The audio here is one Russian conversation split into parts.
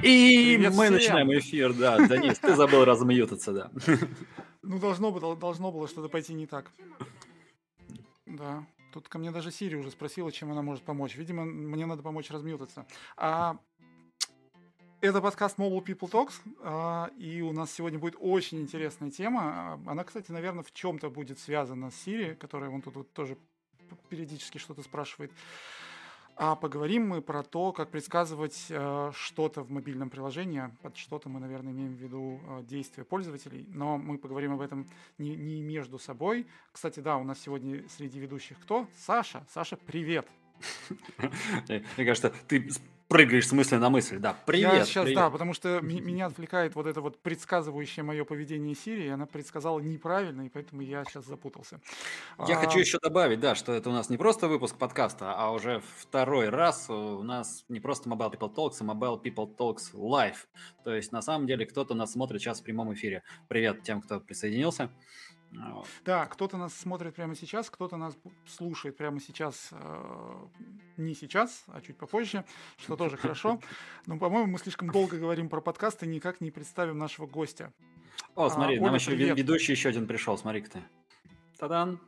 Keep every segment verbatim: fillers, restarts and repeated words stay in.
И Привет мы всем. начинаем эфир, да. Денис, ты забыл размьютаться, да. Ну, должно было, должно было что-то пойти не так. Да. Тут ко мне даже Сири уже спросила, чем она может помочь. Видимо, мне надо помочь размьютаться. А, это подкаст Mobile People Talks, а, и у нас сегодня будет очень интересная тема. Она, кстати, наверное, в чем-то будет связана с Сири, которая вон тут вот тоже периодически что-то спрашивает. А поговорим мы про то, как предсказывать э, что-то в мобильном приложении. Под что-то мы, наверное, имеем в виду э, действия пользователей, но мы поговорим об этом не, не между собой. Кстати, да, у нас сегодня среди ведущих кто? Саша. Саша, привет. Мне кажется, ты прыгаешь с мысли на мысль, да. Привет, Я сейчас, привет. да, потому что ми- меня отвлекает вот это вот предсказывающее мое поведение Сири, и она предсказала неправильно, и поэтому я сейчас запутался. Я А, хочу еще добавить, да, что это у нас не просто выпуск подкаста, а уже второй раз у нас не просто Mobile People Talks, а Mobile People Talks Live. То есть, на самом деле, кто-то нас смотрит сейчас в прямом эфире. Привет тем, кто присоединился. Вот. Да, кто-то нас смотрит прямо сейчас, кто-то нас бу- слушает прямо сейчас, э, не сейчас, а чуть попозже, что тоже хорошо. Но, по-моему, мы слишком долго говорим про подкаст и никак не представим нашего гостя. О, А, смотри, нам Оля, еще ве- привет. ведущий еще один пришел, смотри-ка ты. Та-дан!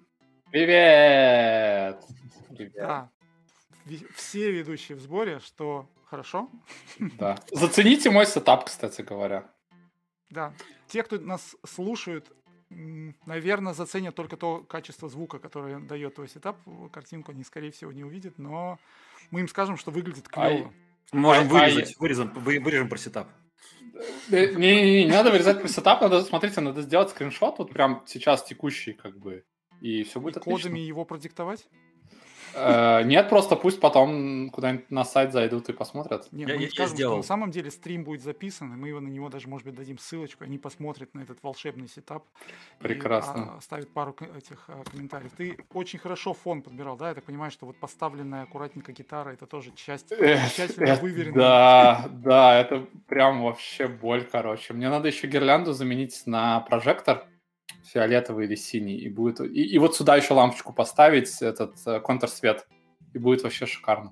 Привет! Привет. Да, ви- все ведущие в сборе, что хорошо. Да. Зацените мой сетап, кстати говоря. Да, те, кто нас слушают, м, наверное, заценят только то качество звука, которое дает твой сетап. Картинку они, скорее всего, не увидят, но мы им скажем, что выглядит клево. Можем А- а вырезать, вырезан- вы- вырежем про сетап. Не, не, не надо вырезать про сетап, надо, смотрите, надо сделать скриншот, вот прям сейчас текущий, как бы, и все И будет кодами отлично. его продиктовать? Э, Нет, просто пусть потом куда-нибудь на сайт зайдут и посмотрят. Нет, Я- мы я- им я скажем, что сделал. на самом деле стрим будет записан, и мы его на него даже, может быть, дадим ссылочку, они посмотрят на этот волшебный сетап. Прекрасно. И а, оставят пару к- этих а, комментариев. Ты очень хорошо фон подбирал, да? Я так понимаю, что вот поставленная аккуратненько гитара, это тоже часть Эх, тщательно эх, выверенной. Да, да, это прям вообще боль, короче. Мне надо еще гирлянду заменить на прожектор фиолетовый или синий, и будет и, и вот сюда еще лампочку поставить, этот э, контрсвет, и будет вообще шикарно.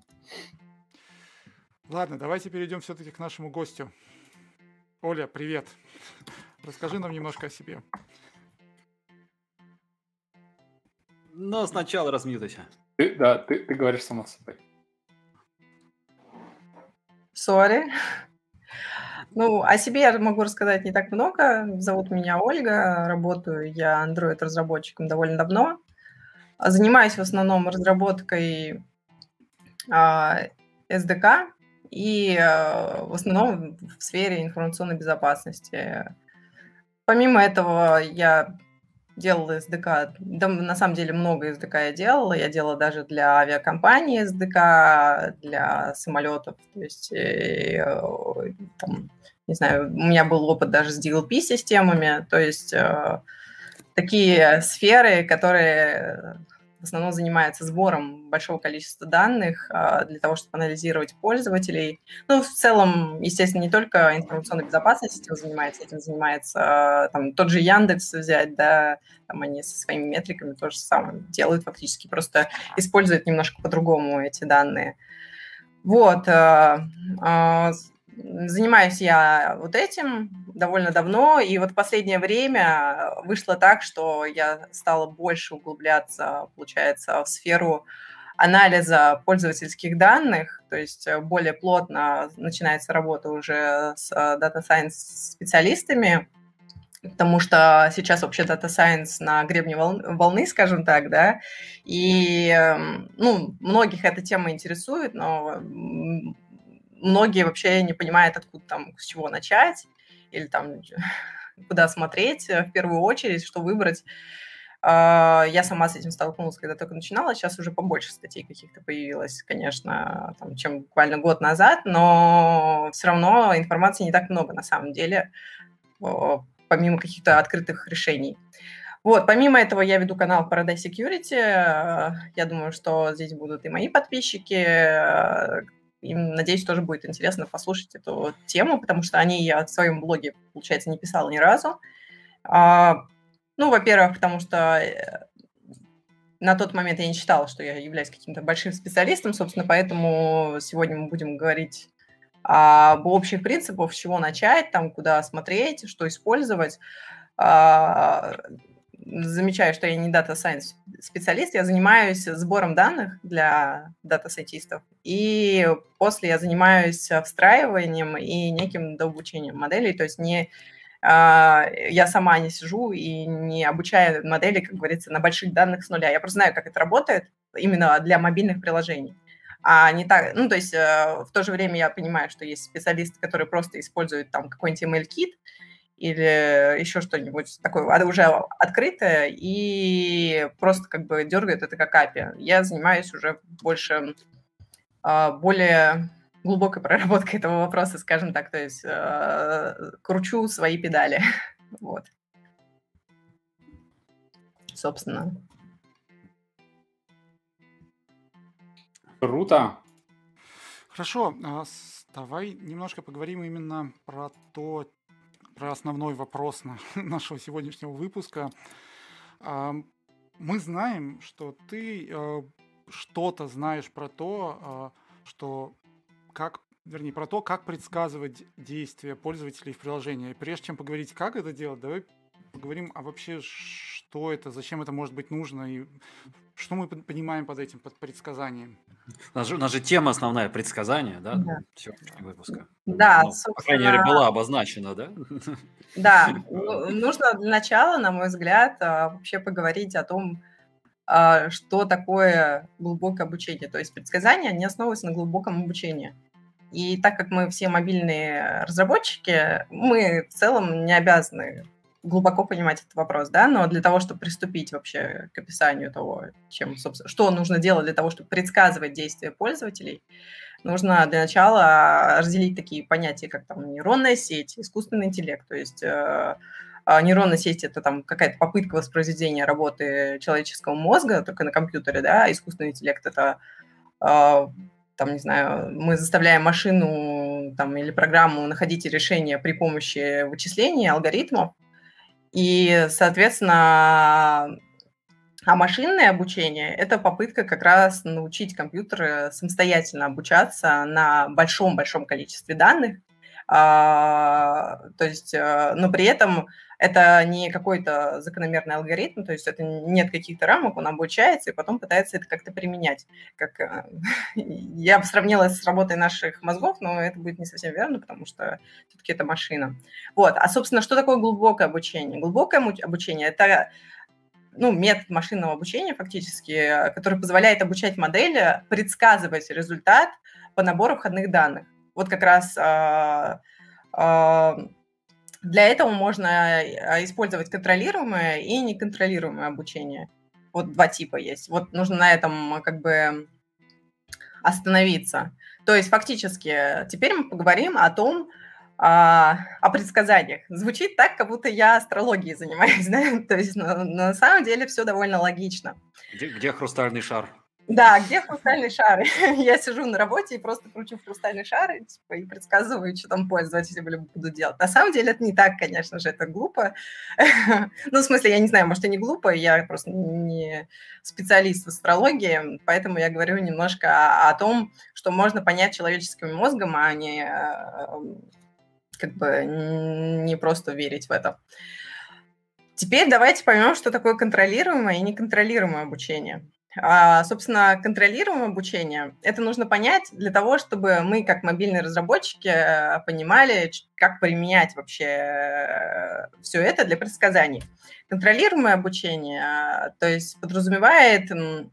Ладно, давайте перейдем все-таки к нашему гостю. Оля, привет. Расскажи нам немножко о себе. Но сначала размьютайся. Ты, да, ты, ты говоришь сама с собой. Сори. Ну, о себе я могу рассказать не так много. Зовут меня Ольга, работаю я Android-разработчиком довольно давно. Занимаюсь в основном разработкой а, эс ди кей и а, в основном в сфере информационной безопасности. Помимо этого я делала эс ди кей, да, на самом деле много эс ди кей я делала, я делала даже для авиакомпаний эс ди кей, для самолетов, то есть, э, э, там, не знаю, у меня был опыт даже с ди эл пи-системами, то есть э, такие сферы, которые в основном занимаются сбором большого количества данных э, для того, чтобы анализировать пользователей. Ну, в целом, естественно, не только информационной безопасностью этим занимается, этим занимается э, там, тот же Яндекс взять, да, там они со своими метриками то же самое делают фактически, просто используют немножко по-другому эти данные. Вот. э, э, Занимаюсь я вот этим довольно давно, и вот в последнее время вышло так, что я стала больше углубляться, получается, в сферу анализа пользовательских данных, то есть более плотно начинается работа уже с Data Science специалистами, потому что сейчас вообще Data Science на гребне волны, скажем так, да, и, ну, многих эта тема интересует, но многие вообще не понимают, откуда там, с чего начать, или там куда смотреть в первую очередь, что выбрать. Я сама с этим столкнулась, когда только начинала, сейчас уже побольше статей каких-то появилось, конечно, там, чем буквально год назад, но все равно информации не так много на самом деле, помимо каких-то открытых решений. Вот, помимо этого я веду канал Paradise Security, я думаю, что здесь будут и мои подписчики. Им, надеюсь, тоже будет интересно послушать эту тему, потому что о ней я в своем блоге, получается, не писала ни разу. Ну, во-первых, потому что на тот момент я не считала, что я являюсь каким-то большим специалистом, собственно, поэтому сегодня мы будем говорить об общих принципах, с чего начать, там, куда смотреть, что использовать. А, Замечаю, что я не Data Science специалист, я занимаюсь сбором данных для дата-сайентистов, и после я занимаюсь встраиванием и неким дообучением моделей, то есть не, а, я сама не сижу и не обучаю модели, как говорится, на больших данных с нуля. Я просто знаю, как это работает именно для мобильных приложений. А не так, ну, то есть э, в то же время я понимаю, что есть специалисты, которые просто используют там какой-нибудь эм эл-кит, или еще что-нибудь такое уже открытое, и просто как бы дергает это как эй пи ай. Я занимаюсь уже больше, более глубокой проработкой этого вопроса, скажем так, то есть кручу свои педали. Вот. Собственно. Круто. Хорошо, давай немножко поговорим именно про то, про основной вопрос нашего сегодняшнего выпуска. Мы знаем, что ты что-то знаешь про то, что как, вернее, про то, как предсказывать действия пользователей в приложении. Прежде чем поговорить, как это делать, давай поговорим, а вообще, что это, зачем это может быть нужно, и что мы понимаем под этим, под предсказанием. У нас же, у нас же тема основная предсказание, да, да. сегодняшнего выпуска. Да, ну, собственно... По крайней мере, была обозначена, да? Да, нужно для начала, на мой взгляд, вообще поговорить о том, что такое глубокое обучение. То есть предсказания, они основываются на глубоком обучении. И так как мы все мобильные разработчики, мы в целом не обязаны глубоко понимать этот вопрос, да, но для того, чтобы приступить вообще к описанию того, чем, собственно, что нужно делать для того, чтобы предсказывать действия пользователей, нужно для начала разделить такие понятия, как там нейронная сеть, искусственный интеллект. То есть э, нейронная сеть – это там какая-то попытка воспроизведения работы человеческого мозга только на компьютере, да, а искусственный интеллект – это, э, там, не знаю, мы заставляем машину там, или программу находить решения при помощи вычислений, алгоритмов. И, соответственно, а машинное обучение – это попытка как раз научить компьютер самостоятельно обучаться на большом-большом количестве данных. А, то есть, но при этом это не какой-то закономерный алгоритм, то есть это нет каких-то рамок, он обучается и потом пытается это как-то применять. Как, я бы сравнила с работой наших мозгов, но это будет не совсем верно, потому что все-таки это машина. Вот. А, собственно, что такое глубокое обучение? Глубокое обучение – это ну, метод машинного обучения фактически, который позволяет обучать модели предсказывать результат по набору входных данных. Вот как раз э, э, для этого можно использовать контролируемое и неконтролируемое обучение. Вот два типа есть. Вот нужно на этом как бы остановиться. То есть фактически теперь мы поговорим о том, о предсказаниях. Звучит так, как будто я астрологией занимаюсь, да? То есть на, на самом деле все довольно логично. Где, где хрустальный шар? Да, где хрустальный шар? Я сижу на работе и просто кручу хрустальный шар и, типа, и предсказываю, что там пользователи будут делать. На самом деле это не так, конечно же, это глупо. Ну, в смысле, я не знаю, может, и не глупо, я просто не специалист в астрологии, поэтому я говорю немножко о, о том, что можно понять человеческим мозгом, а не как бы не просто верить в это. Теперь давайте поймем, что такое контролируемое и неконтролируемое обучение. А, собственно, контролируемое обучение – это нужно понять для того, чтобы мы, как мобильные разработчики, понимали, как применять вообще все это для предсказаний. Контролируемое обучение, то есть подразумевает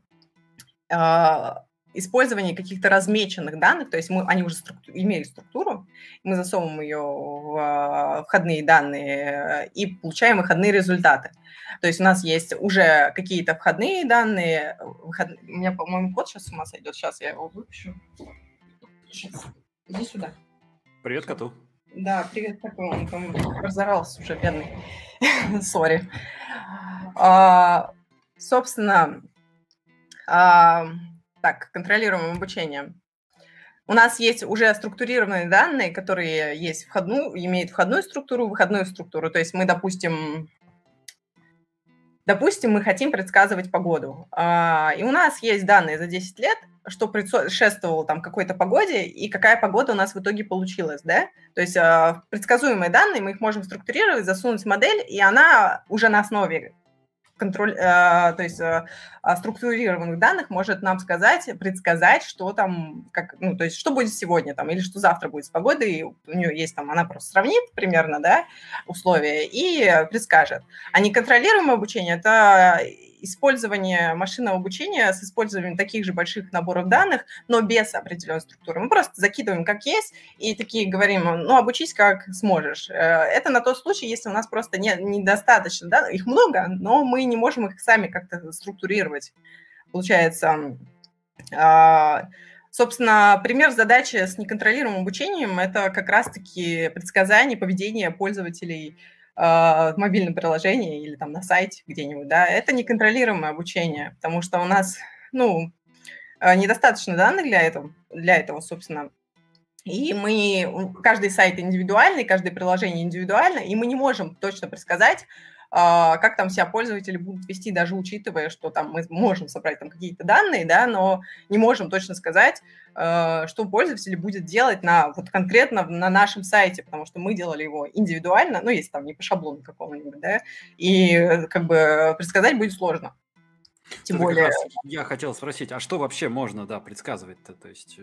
использование каких-то размеченных данных, то есть мы, они уже структу, имеют структуру, мы засовываем ее в входные данные и получаем выходные результаты. То есть у нас есть уже какие-то входные данные. Выход... У меня, по-моему, кот сейчас с ума сойдет. Сейчас я его выпущу. Сейчас. Иди сюда. Привет коту. Да, привет коту. Он там разорался уже, бедный. Сори. А, собственно, а, так, контролируемое обучение. У нас есть уже структурированные данные, которые есть входную, имеют входную структуру, выходную структуру. То есть мы, допустим, Допустим, мы хотим предсказывать погоду, и у нас есть данные за десять лет, что предшествовало там какой-то погоде и какая погода у нас в итоге получилась, да? То есть предсказуемые данные, мы их можем структурировать, засунуть в модель, и она уже на основе контроль, то есть структурированных данных может нам сказать, предсказать, что там, как, ну, то есть что будет сегодня там, или что завтра будет с погодой, у нее есть там, она просто сравнит примерно, да, условия и предскажет. А неконтролируемое обучение – это использование машинного обучения с использованием таких же больших наборов данных, но без определенной структуры. Мы просто закидываем как есть и такие говорим, ну, обучись как сможешь. Это на тот случай, если у нас просто не, недостаточно, да, их много, но мы не можем их сами как-то структурировать. Получается, собственно, пример задачи с неконтролируемым обучением – это как раз-таки предсказание поведения пользователей в мобильном приложении или там на сайте где-нибудь, да, это неконтролируемое обучение, потому что у нас, ну, недостаточно данных для этого, для этого, собственно, и мы, каждый сайт индивидуальный, каждое приложение индивидуально, и мы не можем точно предсказать, как там себя пользователи будут вести, даже учитывая, что там мы можем собрать там какие-то данные, да, но не можем точно сказать, что пользователь будет делать на, вот конкретно на нашем сайте, потому что мы делали его индивидуально, ну, если там не по шаблону какому-нибудь, да, и как бы предсказать будет сложно. Тем Это более... как раз я хотел спросить, а что вообще можно, да, предсказывать-то? То есть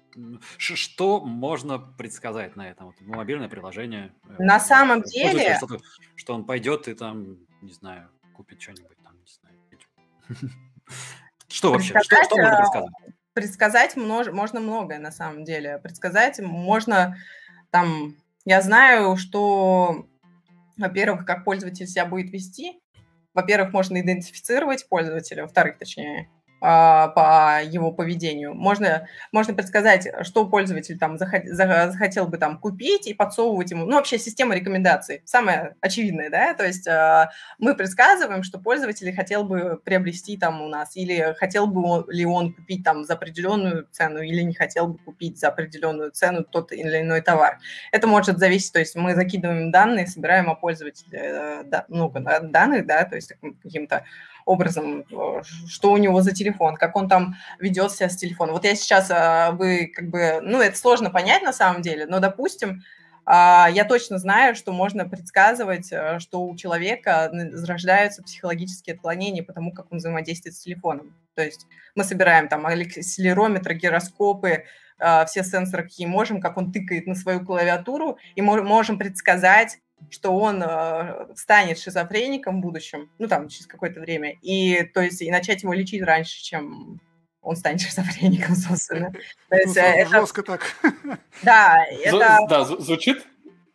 что можно предсказать на этом? Вот, мобильное приложение. На самом деле... Что, что он пойдет и там, не знаю, купит что-нибудь там, не знаю. Что вообще? Что, что можно предсказать? Предсказать можно многое на самом деле. Предсказать можно там... Я знаю, что, во-первых, как пользователь себя будет вести. Во-первых, можно идентифицировать пользователя, во-вторых, точнее, по его поведению. Можно, можно предсказать, что пользователь там захотел бы там купить и подсовывать ему. Ну, вообще система рекомендаций. Самое очевидное, да? То есть мы предсказываем, что пользователь хотел бы приобрести там у нас, или хотел бы ли он купить там за определенную цену, или не хотел бы купить за определенную цену тот или иной товар. Это может зависеть, то есть мы закидываем данные, собираем о пользователе много данных, да, то есть каким-то образом, что у него за телефон, как он там ведет себя с телефоном. Вот я сейчас, вы как бы, ну, это сложно понять на самом деле, но, допустим, я точно знаю, что можно предсказывать, что у человека зарождаются психологические отклонения по тому, как он взаимодействует с телефоном. То есть мы собираем там акселерометры, гироскопы, все сенсоры, какие можем, как он тыкает на свою клавиатуру, и можем предсказать, что он э, станет шизофреником в будущем, ну, там, через какое-то время, и, то есть, и начать его лечить раньше, чем он станет шизофреником, собственно. То есть, это... Жестко так. Да, это... Да, звучит,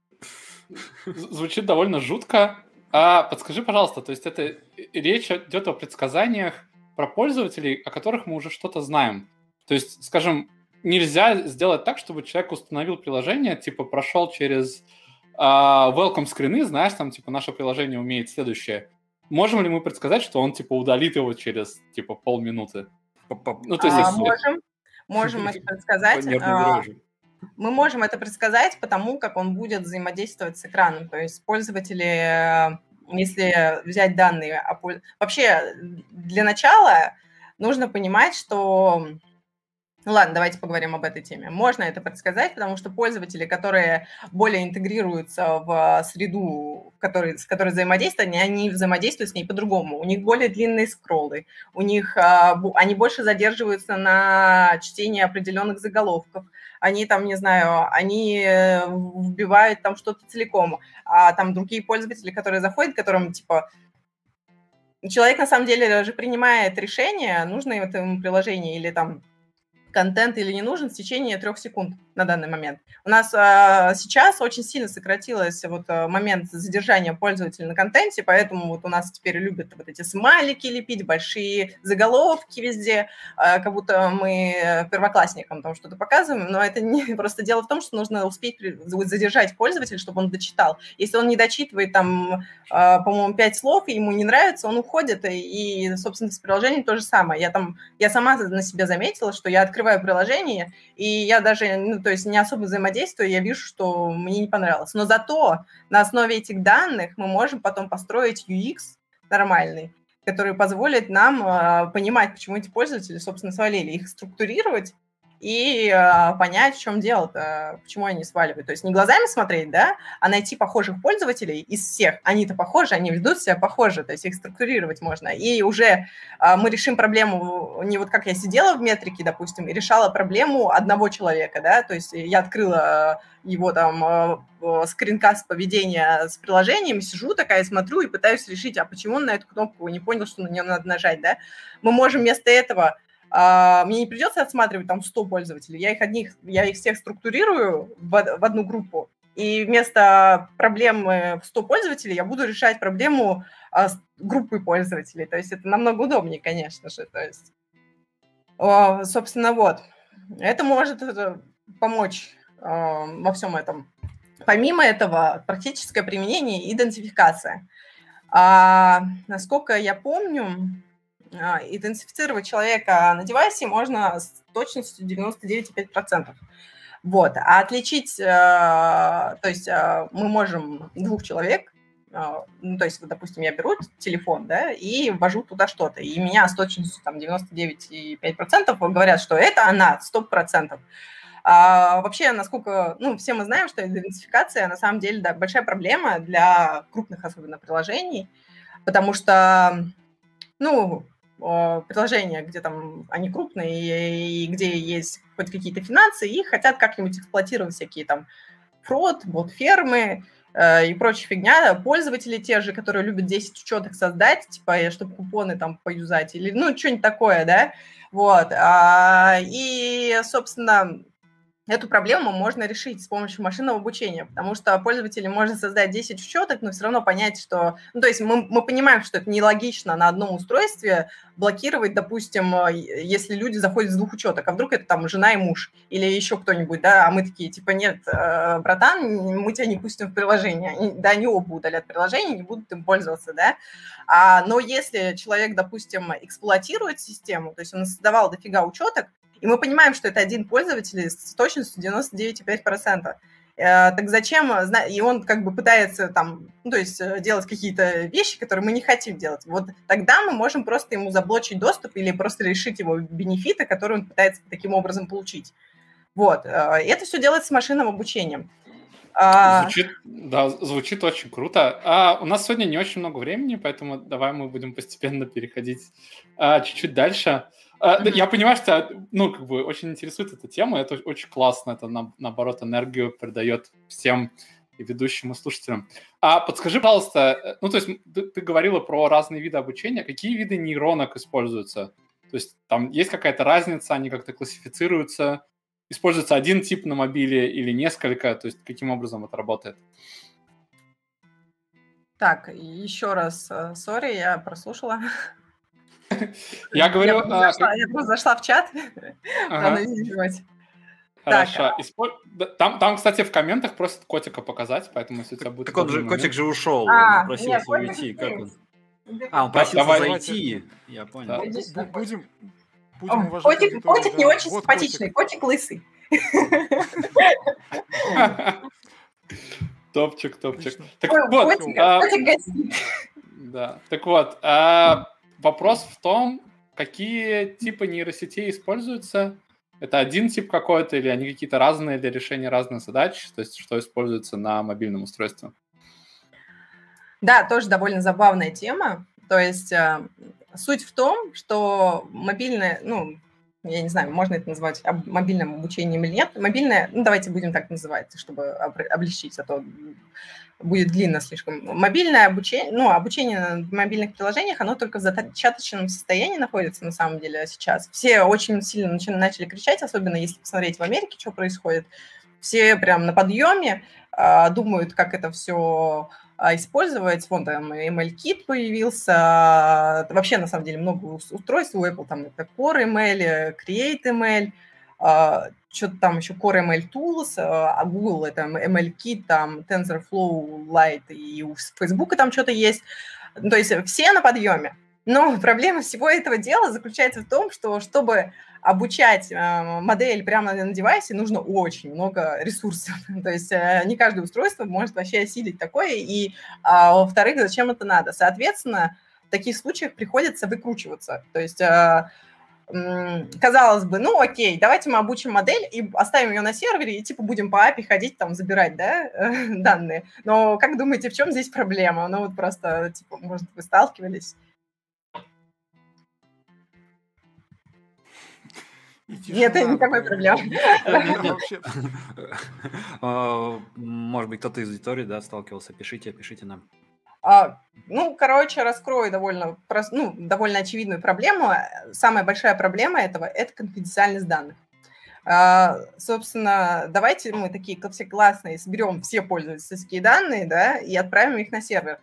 звучит довольно жутко. А подскажи, пожалуйста, то есть это речь идет о предсказаниях про пользователей, о которых мы уже что-то знаем. То есть, скажем, нельзя сделать так, чтобы человек установил приложение, типа, прошел через... Uh, welcome скрины, знаешь, там, типа, наше приложение умеет следующее. Можем ли мы предсказать, что он, типа, удалит его через, типа, полминуты? Ну, то есть, а, если... Можем, можем это предсказать. А, мы можем это предсказать потому, как он будет взаимодействовать с экраном. То есть пользователи, если взять данные... Вообще, для начала нужно понимать, что... Ну ладно, давайте поговорим об этой теме. Можно это предсказать, потому что пользователи, которые более интегрируются в среду, который, с которой взаимодействуют, они, они взаимодействуют с ней по-другому. У них более длинные скроллы, у них, они больше задерживаются на чтении определенных заголовков. Они там, не знаю, они вбивают там что-то целиком. А там другие пользователи, которые заходят, которым типа... Человек на самом деле даже принимает решение, нужно этому приложению или там контент или не нужен в течение трех секунд на данный момент. У нас а, сейчас очень сильно сократилось вот а, момент задержания пользователя на контенте, поэтому вот у нас теперь любят вот эти смайлики лепить, большие заголовки везде, а, как будто мы первоклассникам там что-то показываем, но это не просто дело в том, что нужно успеть задержать пользователя, чтобы он дочитал. Если он не дочитывает там, а, по-моему, пять слов, и ему не нравится, он уходит, и, и собственно, с приложением то же самое. Я там, я сама на себя заметила, что я открываю приложение, и я даже, ну, то есть не особо взаимодействую, я вижу, что мне не понравилось. Но зато на основе этих данных мы можем потом построить ю экс нормальный который позволит нам э, понимать, почему эти пользователи, собственно, свалили, их структурировать и э, понять, в чем дело-то, почему они сваливают. То есть не глазами смотреть, да, а найти похожих пользователей из всех. Они-то похожи, они ведут себя похоже, то есть их структурировать можно. И уже э, мы решим проблему, не вот как я сидела в метрике, допустим, и решала проблему одного человека, да, то есть я открыла его там э, скринкаст поведения с приложением, сижу такая, смотрю и пытаюсь решить, а почему он на эту кнопку не понял, что на нее надо нажать, да. Мы можем вместо этого Uh, мне не придется отсматривать там сто пользователей, я их одних, я их всех структурирую в, в одну группу, и вместо проблемы сто пользователей я буду решать проблему uh, с группой пользователей, то есть это намного удобнее, конечно же, то есть, uh, собственно, вот, это может помочь uh, во всем этом. Помимо этого, практическое применение и идентификация. Uh, насколько я помню, идентифицировать человека на девайсе можно с точностью девяносто девять и пять десятых процента. Вот. А отличить, то есть мы можем двух человек, ну, то есть, вот, допустим, я беру телефон, да, и ввожу туда что-то, и меня с точностью там девяносто девять и пять десятых процента говорят, что это она, сто процентов. А вообще, насколько, ну, все мы знаем, что идентификация на самом деле, да, большая проблема для крупных, особенно, приложений, потому что, ну, приложения, где там они крупные и где есть хоть какие-то финансы, и хотят как-нибудь эксплуатировать всякие там фрод, бот-фермы э, и прочая фигня. Пользователи те же, которые любят десять учеток создать, типа, чтобы купоны там поюзать, или, ну, что-нибудь такое, да, вот. А, и, собственно, эту проблему можно решить с помощью машинного обучения, потому что пользователь может создать десять учеток, но все равно понять, что... Ну, то есть мы, мы понимаем, что это нелогично на одном устройстве блокировать, допустим, если люди заходят с двух учеток, а вдруг это там жена и муж или еще кто-нибудь, да, а мы такие, типа, нет, братан, мы тебя не пустим в приложение. Да, они оба удалят приложение, не будут им пользоваться, да. А, но если человек, допустим, эксплуатирует систему, то есть он создавал дофига учеток, и мы понимаем, что это один пользователь с точностью девяносто девять и пять десятых процента. Так зачем? И он как бы пытается там, ну, то есть делать какие-то вещи, которые мы не хотим делать. Вот тогда мы можем просто ему заблочить доступ или просто решить его бенефиты, которые он пытается таким образом получить. Вот. И это все делается с машинным обучением. Звучит, да, звучит очень круто. А у нас сегодня не очень много времени, поэтому давай мы будем постепенно переходить а, чуть-чуть дальше. А, mm-hmm. Я понимаю, что, ну, как бы очень интересует эта тема, это очень классно, это, на, наоборот, энергию придает всем и ведущим, и слушателям. А подскажи, пожалуйста, ну, то есть ты, ты говорила про разные виды обучения, какие виды нейронок используются? То есть там есть какая-то разница, они как-то классифицируются? Используется один тип на мобиле или несколько? То есть каким образом это работает? Так, еще раз, сори, я прослушала. Я говорю... Я просто, а, зашла, я просто зашла в чат ага. проанализировать. Хорошо. Исполь... Там, там, кстати, в комментах просят котика показать, поэтому если у тебя будет... Так он же, котик же ушел, а, он просился нет, уйти. Как он? А, он да, просился давай. зайти. Я понял. Да. Будем... Будем уважать котик, котик да. не очень вот симпатичный, котик, котик лысый. Топчик, топчик. Так Ой, вот, котик, а, котик гостит. Да, так вот, а, вопрос в том, какие типы нейросетей используются. Это один тип какой-то или они какие-то разные для решения разных задач? То есть что используется на мобильном устройстве? Да, тоже довольно забавная тема. То есть суть в том, что мобильное, ну, я не знаю, можно это назвать мобильным обучением или нет. Мобильное, ну, давайте будем так называть, чтобы облегчить, а то будет длинно слишком. Мобильное обучение, ну, обучение в мобильных приложениях, оно только в зачаточном состоянии находится на самом деле сейчас. Все очень сильно начали кричать, особенно если посмотреть в Америке, что происходит. Все прям на подъеме думают, как это все использовать. Вон там эм эл-кит появился. Вообще, на самом деле, много устройств у Apple. Там это Core эм эл, Create эм эл, что-то там еще Core эм эл Tools, а Google это эм эл-кит, там TensorFlow Lite, и у Facebook там что-то есть. То есть все на подъеме. Но проблема всего этого дела заключается в том, что чтобы обучать э, модель прямо на девайсе, нужно очень много ресурсов. То есть э, не каждое устройство может вообще осилить такое. И, э, во-вторых, зачем это надо? Соответственно, таких случаях приходится выкручиваться. То есть, э, м, казалось бы, ну окей, давайте мы обучим модель и оставим ее на сервере, и типа будем по эй пи ай ходить там забирать, да, данные. Но как думаете, в чем здесь проблема? Ну вот просто, типа, может, вы сталкивались? И Нет, тишина никакой такая, проблемы. никаких Нет, нет. вообще. А, Может быть, кто-то из аудитории, да, сталкивался. Пишите, пишите нам. А, ну, короче, раскрою довольно, прос- ну, довольно очевидную проблему. Самая большая проблема этого – это конфиденциальность данных. А, собственно, давайте мы такие все классные соберем все пользовательские данные, да, и отправим их на сервер.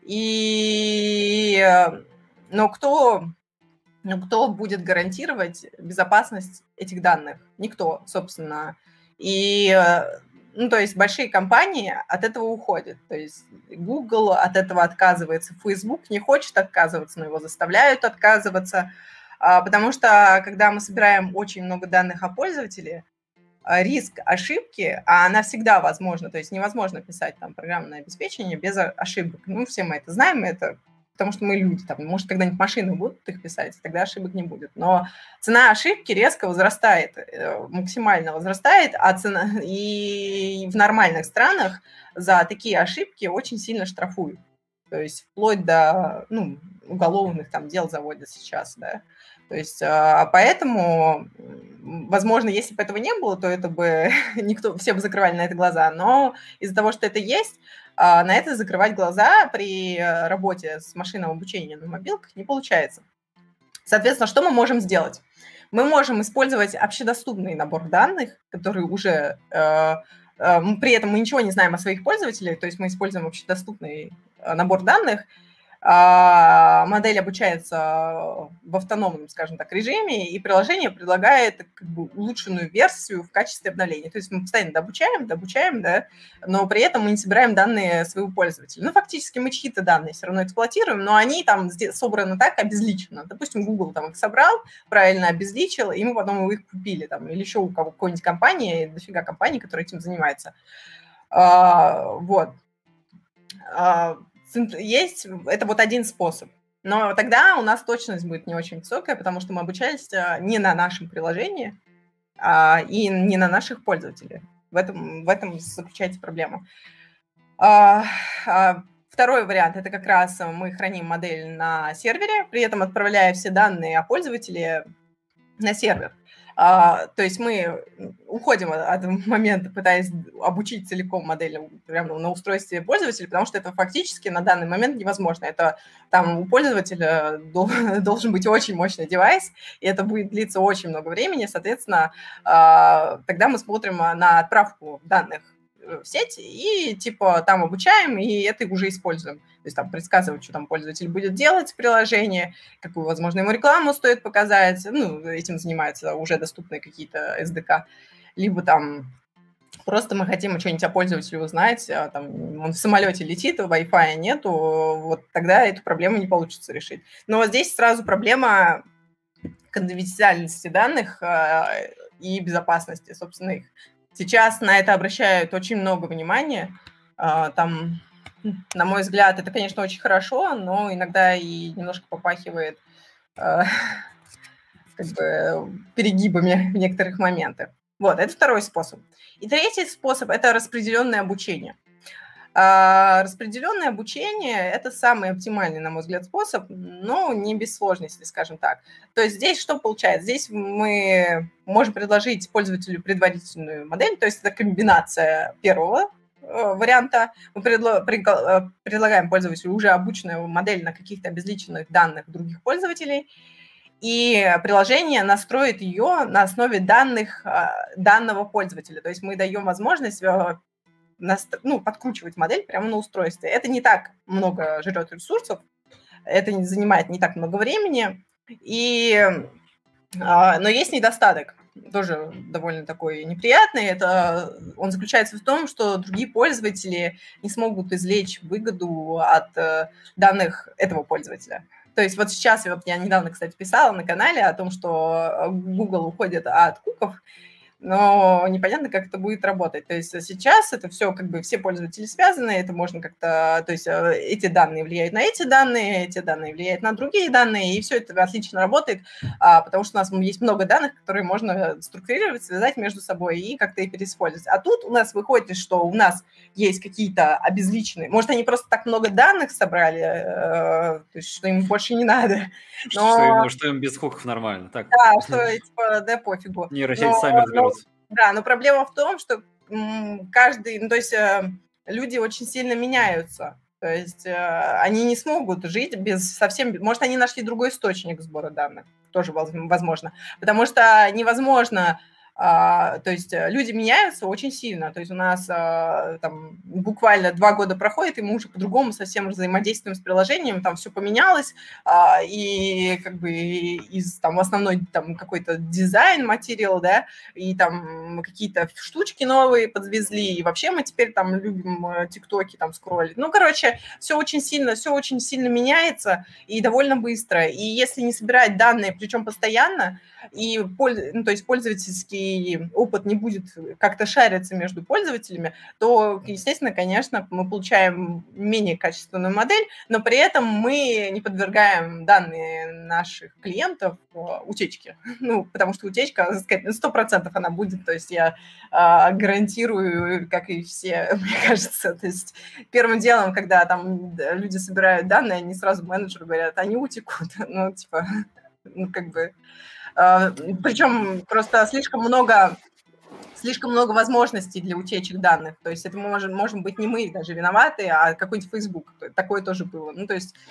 И, э, но кто, но кто будет гарантировать безопасность этих данных? Никто, собственно. И, э, ну, то есть большие компании от этого уходят. То есть Google от этого отказывается, Facebook не хочет отказываться, но его заставляют отказываться. А, Потому что, когда мы собираем очень много данных о пользователе, а, риск ошибки, а она всегда возможна, то есть невозможно писать там программное обеспечение без о- ошибок. Ну, все мы это знаем, это потому что мы люди. Там, может, когда-нибудь машины будут их писать, тогда ошибок не будет. Но цена ошибки резко возрастает, э, максимально возрастает, а цена и в нормальных странах за такие ошибки очень сильно штрафуют. То есть вплоть до, ну, уголовных там дел заводят сейчас, да. То есть, а, поэтому, м, возможно, если бы этого не было, то это бы никто, все бы закрывали на это глаза. Но из-за того, что это есть, а, на это закрывать глаза при э, работе с машинным обучением на мобилках не получается. Соответственно, что мы можем сделать? Мы можем использовать общедоступный набор данных, который уже... э, э, при этом мы ничего не знаем о своих пользователях, то есть мы используем общедоступный э, набор данных. А, модель обучается в автономном, скажем так, режиме, и приложение предлагает как бы улучшенную версию в качестве обновления. То есть мы постоянно дообучаем, дообучаем, да, но при этом мы не собираем данные своего пользователя. Ну, фактически мы чьи-то данные все равно эксплуатируем, но они там собраны так, обезличенно. Допустим, Google там их собрал, правильно обезличил, и мы потом их купили там, или еще у кого- какой-нибудь компании, дофига компаний, которые этим занимаются. А, вот. А, Есть, это вот один способ. Но тогда у нас точность будет не очень высокая, потому что мы обучались а, не на нашем приложении а, и не на наших пользователях. В этом, в этом заключается проблема. А, а, Второй вариант – это как раз мы храним модель на сервере, при этом отправляя все данные о пользователе на сервер. А, то есть мы уходим от момента, пытаясь обучить целиком модель прямо на устройстве пользователя, потому что это фактически на данный момент невозможно. Это там у пользователя должен быть очень мощный девайс, и это будет длиться очень много времени. Соответственно, а, тогда мы смотрим на отправку данных в сеть и типа там обучаем, и это уже используем. То есть там предсказывать, что там пользователь будет делать в приложении, какую, возможно, ему рекламу стоит показать. Ну, этим занимаются уже доступные какие-то эс ди кей. Либо там просто мы хотим что-нибудь о пользователе узнать, а там он в самолете летит, Wi-Fi нету, вот тогда эту проблему не получится решить. Но здесь сразу проблема конфиденциальности данных э, и безопасности, собственно, их. Сейчас на это обращают очень много внимания. Э, там, на мой взгляд, это, конечно, очень хорошо, но иногда и немножко попахивает э, как бы перегибами в некоторых моментах. Вот, это второй способ. И третий способ – это распределенное обучение. А распределенное обучение – это самый оптимальный, на мой взгляд, способ, но не без сложностей, скажем так. То есть здесь что получается? Здесь мы можем предложить пользователю предварительную модель, то есть это комбинация первого варианта. Мы предлагаем пользователю уже обученную модель на каких-то обезличенных данных других пользователей, и приложение настроит ее на основе данных данного пользователя. То есть мы даем возможность ну, подкручивать модель прямо на устройстве. Это не так много жрет ресурсов, это не занимает не так много времени, и, но есть недостаток, тоже довольно такой неприятный. Это, он заключается в том, что другие пользователи не смогут извлечь выгоду от данных этого пользователя. То есть вот сейчас, вот я недавно, кстати, писала на канале о том, что Google уходит от куков, но непонятно, как это будет работать. То есть сейчас это все, как бы все пользователи связаны, это можно как-то, то есть эти данные влияют на эти данные, эти данные влияют на другие данные, и все это отлично работает, потому что у нас есть много данных, которые можно структурировать, связать между собой и как-то их переиспользовать. А тут у нас выходит, что у нас есть какие-то обезличенные, может, они просто так много данных собрали, то есть что им больше не надо. Но... Что, им, что им без хуков нормально. Так. Да, что типа, да, пофигу. Нейросети но, сами разберутся. Но, да, но проблема в том, что м, каждый, ну, то есть э, люди очень сильно меняются. То есть э, они не смогут жить без совсем... Может, они нашли другой источник сбора данных, тоже возможно. Потому что невозможно... Uh, то есть люди меняются очень сильно. То есть у нас uh, там буквально два года проходит, и мы уже по-другому совсем взаимодействуем с приложением, там все поменялось, uh, и как бы из там основной там какой-то дизайн, материал, да, и там какие-то штучки новые подвезли, и вообще мы теперь там любим тиктоки там скроллить. Ну, короче, все очень сильно, все очень сильно меняется и довольно быстро. И если не собирать данные, причем постоянно, и ну, то есть пользовательский опыт не будет как-то шариться между пользователями, то, естественно, конечно, мы получаем менее качественную модель, но при этом мы не подвергаем данные наших клиентов утечке. Ну, потому что утечка, сто процентов она будет, то есть я а, гарантирую, как и все, мне кажется. То есть первым делом, когда там люди собирают данные, они сразу менеджеру говорят, они утекут. Ну, типа, ну, как бы... Причем просто слишком много, слишком много возможностей для утечек данных. То есть это можем, можем быть не мы даже виноваты, а какой-нибудь Facebook. Такое тоже было. Ну, то есть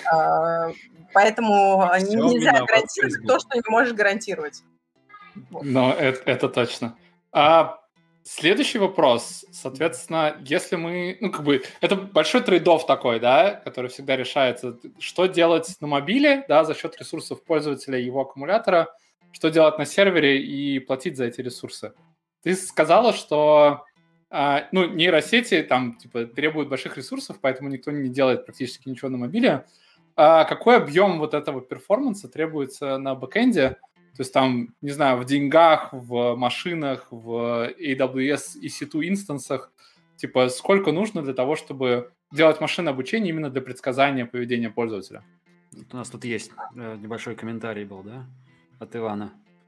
поэтому Все нельзя гарантировать то, что не можешь гарантировать. Вот. Но это, это точно. А следующий вопрос. Соответственно, если мы... Ну, как бы, это большой трейд-офф такой, да, который всегда решается. Что делать на мобиле, да, за счет ресурсов пользователя и его аккумулятора, что делать на сервере и платить за эти ресурсы. Ты сказала, что а, ну, нейросети там, типа, требуют больших ресурсов, поэтому никто не делает практически ничего на мобиле. А какой объем вот этого перформанса требуется на бэкэнде? То есть там, не знаю, в деньгах, в машинах, в эй дабл ю эс и си два инстансах, типа, сколько нужно для того, чтобы делать машинное обучение именно для предсказания поведения пользователя? У нас тут есть небольшой комментарий был, да, от Ивана,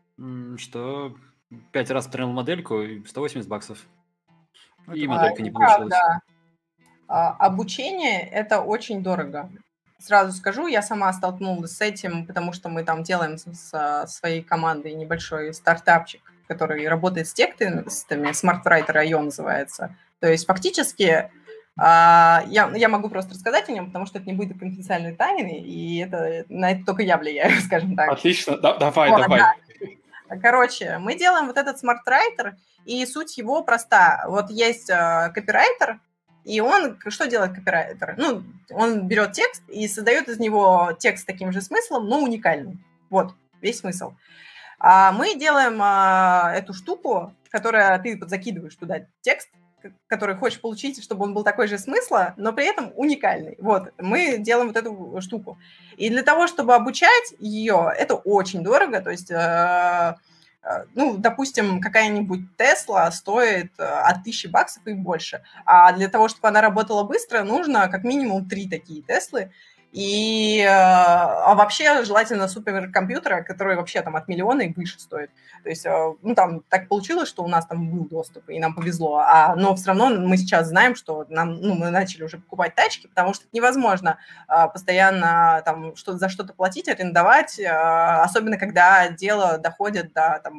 что пять раз тренил модельку и сто восемьдесят баксов. И моделька а, не получилась. Да. А, обучение – это очень дорого. Сразу скажу, я сама столкнулась с этим, потому что мы там делаем со своей командой небольшой стартапчик, который работает с текстами, SmartWriter ай о называется. То есть фактически я, я могу просто рассказать о нем, потому что это не будет конфиденциальной тайной, и это, на это только я влияю, скажем так. Отлично, да, давай, вот, давай. Да. Короче, мы делаем вот этот SmartWriter, и суть его проста. Вот есть копирайтер, и он, что делает копирайтер? Ну, он берет текст и создает из него текст с таким же смыслом, но уникальным. Вот, весь смысл. А мы делаем а, эту штуку, которая ты закидываешь туда текст, который хочешь получить, чтобы он был такой же смысла, но при этом уникальный. Вот, мы делаем вот эту штуку. И для того, чтобы обучать ее, это очень дорого, то есть... А, ну, допустим, какая-нибудь Tesla стоит от тысячи баксов и больше. А для того, чтобы она работала быстро, нужно как минимум три такие Теслы. И а вообще желательно суперкомпьютера, который вообще там от миллиона и выше стоит. То есть, ну, там так получилось, что у нас там был доступ, и нам повезло. А, но все равно мы сейчас знаем, что нам, ну, мы начали уже покупать тачки, потому что это невозможно а, постоянно там, что, за что-то платить, арендовать, а, особенно когда дело доходит до там,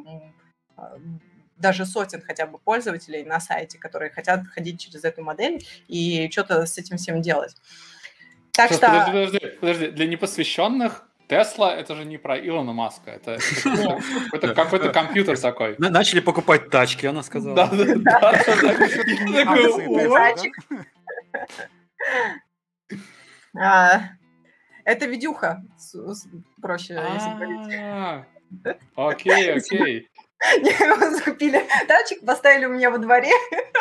даже сотен хотя бы пользователей на сайте, которые хотят ходить через эту модель и что-то с этим всем делать. Так Сейчас, что... Подожди, подожди, подожди. Для непосвященных Тесла это же не про Илона Маска, это, это какой-то, какой-то компьютер такой. Начали покупать тачки, она сказала. Да, да, да. Это видюха, проще, если говорить. Окей, окей. Мы закупили тачек, поставили у меня во дворе.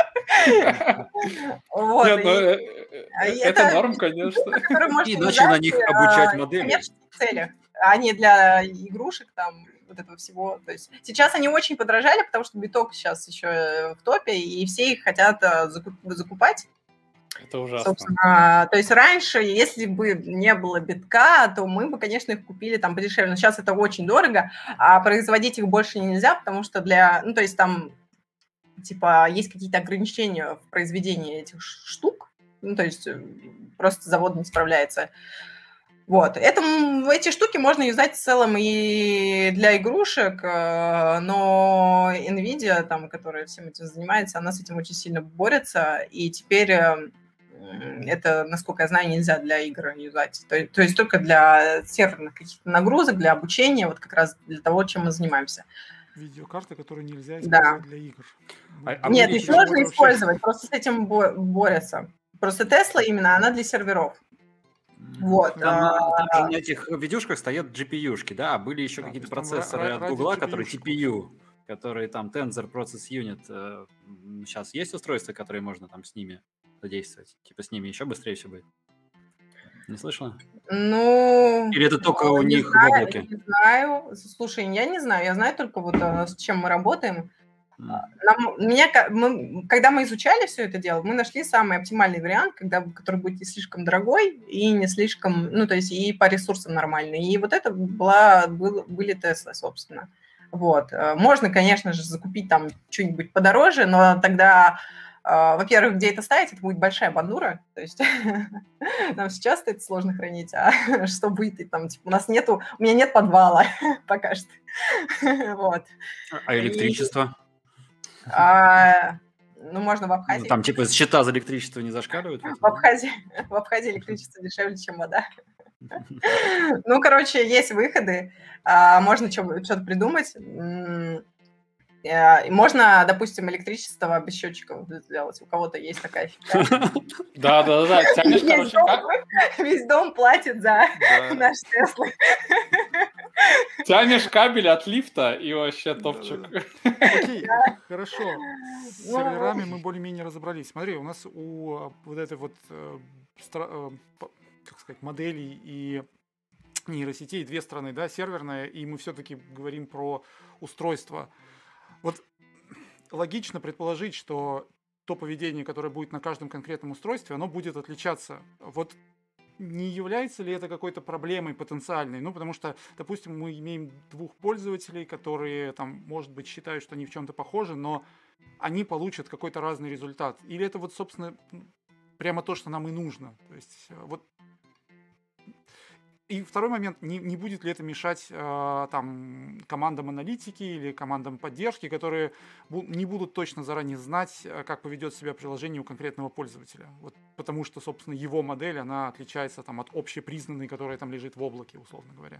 Вот, Нет, и... это, это норм, конечно. И начали на них обучать модели. В коммерческих целях, а не для игрушек там вот этого всего. То есть сейчас они очень подорожали, потому что биток сейчас еще в топе, и все их хотят закупать. Это ужасно. Собственно, то есть раньше, если бы не было битка, то мы бы, конечно, их купили там подешевле. Но сейчас это очень дорого, а производить их больше нельзя, потому что для... Ну, то есть там, типа, есть какие-то ограничения в произведении этих штук. Ну, то есть просто завод не справляется. Вот. Это, эти штуки можно юзать в целом и для игрушек, но NVIDIA, там, которая всем этим занимается, она с этим очень сильно борется, и теперь это, насколько я знаю, нельзя для игр юзать. То, то есть только для серверных каких-то нагрузок, для обучения, вот как раз для того, чем мы занимаемся. Видеокарты, которые нельзя использовать да. для игр. А, а Нет, их можно использовать, просто с этим борются. Просто Tesla именно, она для серверов. Вот. Там, а... там же на этих видюшках стоят джи пи ю-шки, да, а были еще да, какие-то процессоры от Google, которые ти пи ю, которые там Tensor Process Unit. Сейчас есть устройства, которые можно там с ними задействовать? Типа с ними еще быстрее все будет? Не слышала? Ну... Или это только у них знаю, в облаке? Не знаю. Слушай, я не знаю. Я знаю только вот с чем мы работаем. Нам, меня, мы, когда мы изучали все это дело, мы нашли самый оптимальный вариант, когда, который будет не слишком дорогой и не слишком, ну, то есть и по ресурсам нормальный. И вот это была, был, были Tesla, собственно. Вот. Можно, конечно же, закупить там что-нибудь подороже, но тогда, во-первых, где это ставить, это будет большая бандура, то есть нам сейчас это сложно хранить, а что будет, там, типа, у нас нету, у меня нет подвала пока что. Вот. А электричество? А, ну, можно в Абхазии. Ну, там типа счета за электричество не зашкаливают? В Абхазии, в Абхазии электричество дешевле, чем вода. Ну, короче, есть выходы. Можно что-то придумать. Можно, допустим, электричество без счетчиков сделать. У кого-то есть такая фигня. Да, да, да. Тянешь, короче, как? Весь дом платит за наш Теслы. Тянешь кабель от лифта и вообще топчик. Окей, хорошо. С серверами мы более-менее разобрались. Смотри, у нас у вот этой вот, как сказать, моделей и нейросетей две стороны, да, серверная, и мы все-таки говорим про устройство. Вот логично предположить, что то поведение, которое будет на каждом конкретном устройстве, оно будет отличаться. Вот не является ли это какой-то проблемой потенциальной? Ну, потому что, допустим, мы имеем двух пользователей, которые, там, может быть, считают, что они в чем-то похожи, но они получат какой-то разный результат. Или это вот, собственно, прямо то, что нам и нужно? То есть, вот. И второй момент, не, не будет ли это мешать э, там, командам аналитики или командам поддержки, которые бу- не будут точно заранее знать, как поведет себя приложение у конкретного пользователя. Вот, потому что, собственно, его модель, она отличается там, от общепризнанной, которая там лежит в облаке, условно говоря.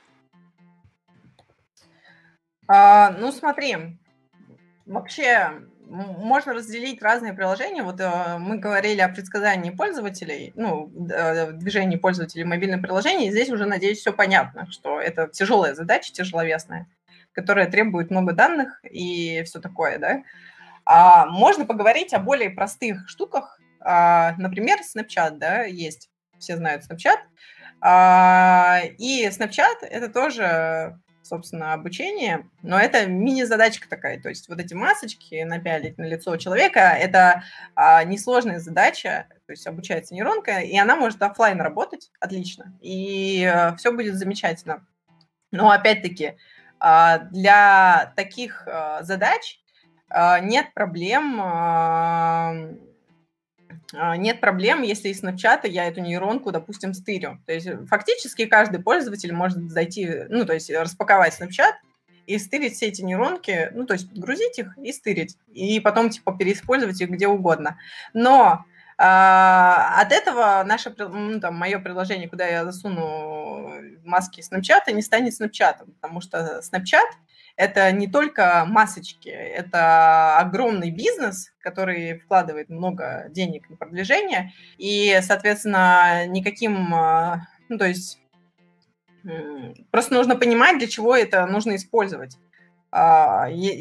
А, ну, смотри, вообще можно разделить разные приложения. Вот э, мы говорили о предсказании пользователей, ну, э, движении пользователей в мобильном приложении. И здесь уже, надеюсь, все понятно, что это тяжелая задача, тяжеловесная, которая требует много данных и все такое, да. А можно поговорить о более простых штуках. А, например, Snapchat, да, есть. Все знают Snapchat. А, и Snapchat – это тоже... собственно, обучение, но это мини-задачка такая, то есть вот эти масочки напялить на лицо человека, это а, несложная задача, то есть обучается нейронка, и она может офлайн работать отлично, и а, все будет замечательно. Но опять-таки а, для таких а, задач а, нет проблем, а, нет проблем, если из Snapchat я эту нейронку, допустим, стырю. То есть фактически каждый пользователь может зайти, ну, то есть распаковать Snapchat и стырить все эти нейронки, ну, то есть подгрузить их и стырить, и потом, типа, переиспользовать их где угодно. Но а, от этого наше, ну, там, мое приложение, куда я засуну маски Snapchat, не станет Snapchat, потому что Snapchat это не только масочки, это огромный бизнес, который вкладывает много денег на продвижение, и, соответственно, никаким, ну, то есть просто нужно понимать, для чего это нужно использовать.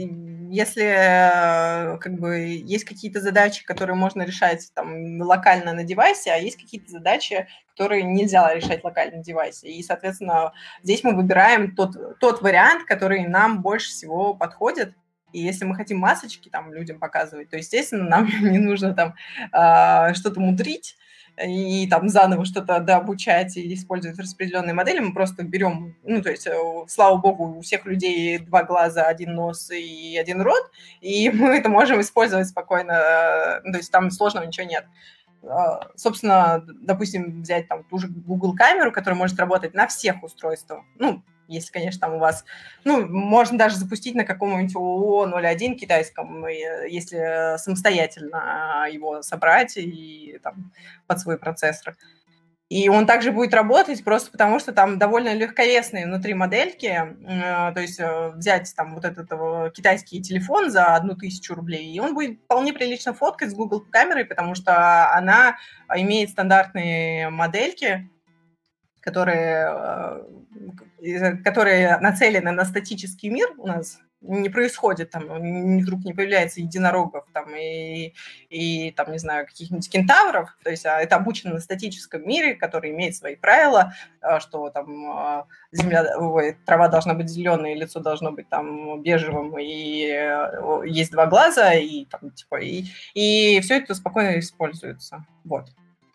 если э, как бы есть какие-то задачи, которые можно решать там локально на девайсе, а есть какие-то задачи, которые нельзя решать локально на девайсе. И, соответственно, здесь мы выбираем тот, тот вариант, который нам больше всего подходит. И если мы хотим масочки там людям показывать, то, естественно, нам не нужно там э, что-то мудрить и там заново что-то дообучать и использовать распределенные модели. Мы просто берем, ну, то есть, слава богу, у всех людей два глаза, один нос и один рот, и мы это можем использовать спокойно, ну, то есть там сложного ничего нет. Собственно, допустим, взять там ту же Google камеру, которая может работать на всех устройствах, ну, если, конечно, там у вас, ну, можно даже запустить на каком-нибудь ООО ноль один китайском, если самостоятельно его собрать и там под свой процессор. И он также будет работать просто потому, что там довольно легковесные внутри модельки, э, то есть э, взять там вот этот э, китайский телефон за одну тысячу рублей, и он будет вполне прилично фоткать с Google камерой, потому что она имеет стандартные модельки, которые, э, которые нацелены на статический мир. У нас не происходит, там, вдруг не появляется единорогов там, и, и, там, не знаю, каких-нибудь кентавров. То есть это обучено на статическом мире, который имеет свои правила, что там земля, ой, трава должна быть зеленой, лицо должно быть там бежевым, и есть два глаза, и, там, типа, и, и все это спокойно используется. Вот.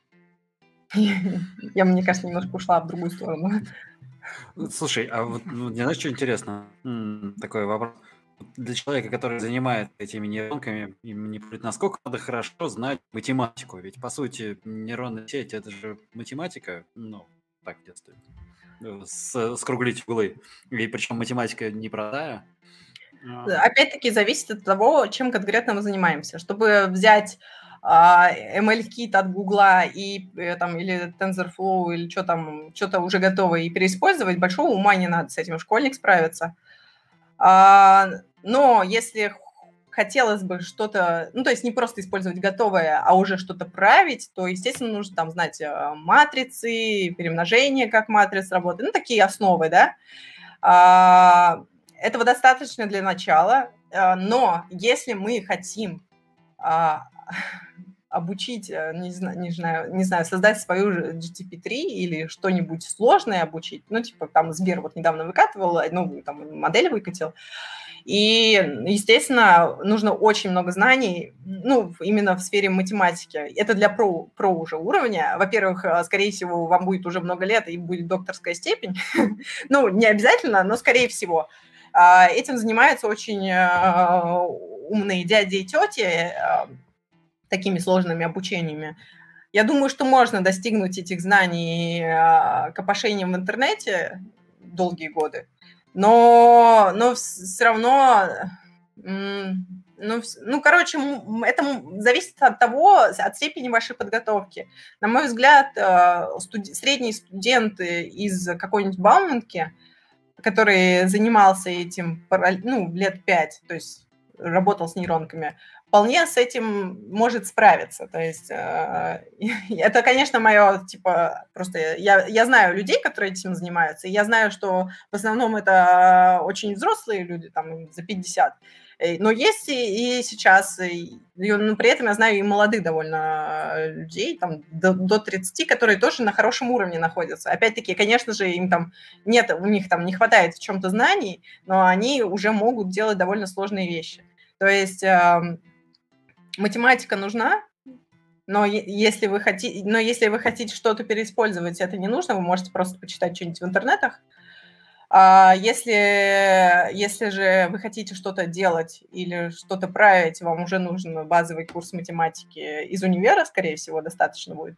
Я, мне кажется, немножко ушла в другую сторону. Слушай, а вот ну, знаешь, что интересно? М, Такой вопрос. Для человека, который занимается этими нейронками, им не будет, насколько надо хорошо знать математику? Ведь, по сути, нейронная сеть – это же математика, ну, так если э, с- скруглить углы. И причем математика непростая. А, Опять-таки зависит от того, чем конкретно мы занимаемся. Чтобы взять а, эм эл-кит от Гугла и э, там или TensorFlow или что там, что-то уже готовое и переиспользовать, большого ума не надо, с этим школьник справится. А, но если х- хотелось бы что-то, ну, то есть не просто использовать готовое, а уже что-то править, то, естественно, нужно там знать а, матрицы, перемножение, как матриц работает, ну, такие основы, да. А, этого достаточно для начала, а, но если мы хотим а, обучить, э, не знаю, не знаю, не знаю, создать свою же джи ти пи три или что-нибудь сложное обучить, ну, типа там Сбер вот недавно выкатывал, новую там модель выкатил, и, естественно, нужно очень много знаний, ну, именно в сфере математики. Это для про, про уже уровня. Во-первых, э, скорее всего, вам будет уже много лет и будет докторская степень. Ну, не обязательно, но скорее всего. А, Этим занимаются очень э, умные дяди и тети э, такими сложными обучениями. Я думаю, что можно достигнуть этих знаний э, копошением в интернете долгие годы, но, но все равно, м, ну, вс- ну, короче, м, это м- зависит от того, от степени вашей подготовки. На мой взгляд, э, студ- средний студент из какой-нибудь Бауманки, который занимался этим параллель- ну, лет пять, то есть работал с нейронками, вполне с этим может справиться. То есть э, это, конечно, мое, типа, просто я, я знаю людей, которые этим занимаются, и я знаю, что в основном это очень взрослые люди, там, за пятьдесят. Э, Но есть и, и сейчас, и, и, ну, при этом я знаю и молодых довольно э, людей, там, до, до тридцати, которые тоже на хорошем уровне находятся. Опять-таки, конечно же, им там нет, у них там не хватает в чем-то знаний, но они уже могут делать довольно сложные вещи. То есть э, математика нужна, но е- если вы хотите, но если вы хотите что-то переиспользовать, это не нужно, вы можете просто почитать что-нибудь в интернетах. А если, если же вы хотите что-то делать или что-то править, вам уже нужен базовый курс математики из универа, скорее всего, достаточно будет.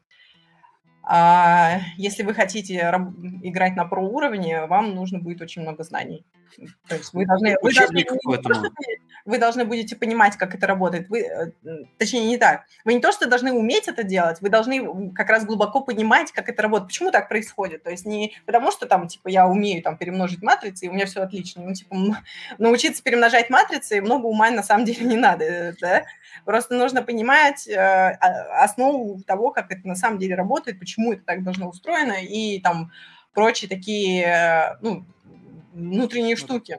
А если вы хотите раб- играть на про-уровне, вам нужно будет очень много знаний. То есть вы должны, вы должны, Учебник к не то, что этому. вы, вы должны будете понимать, как это работает. Вы, э, м, точнее, не так. Вы не то, что должны уметь это делать, вы должны м, как раз глубоко понимать, как это работает. Почему так происходит? То есть не потому, что там, типа, я умею там перемножить матрицы, и у меня все отлично. Ну, типа, м, научиться перемножать матрицы много ума на самом деле не надо, э, да? Просто нужно понимать э, а- основу того, как это на самом деле работает, почему это так должно устроено, и там прочие такие, э, ну, внутренние Ну, это штуки.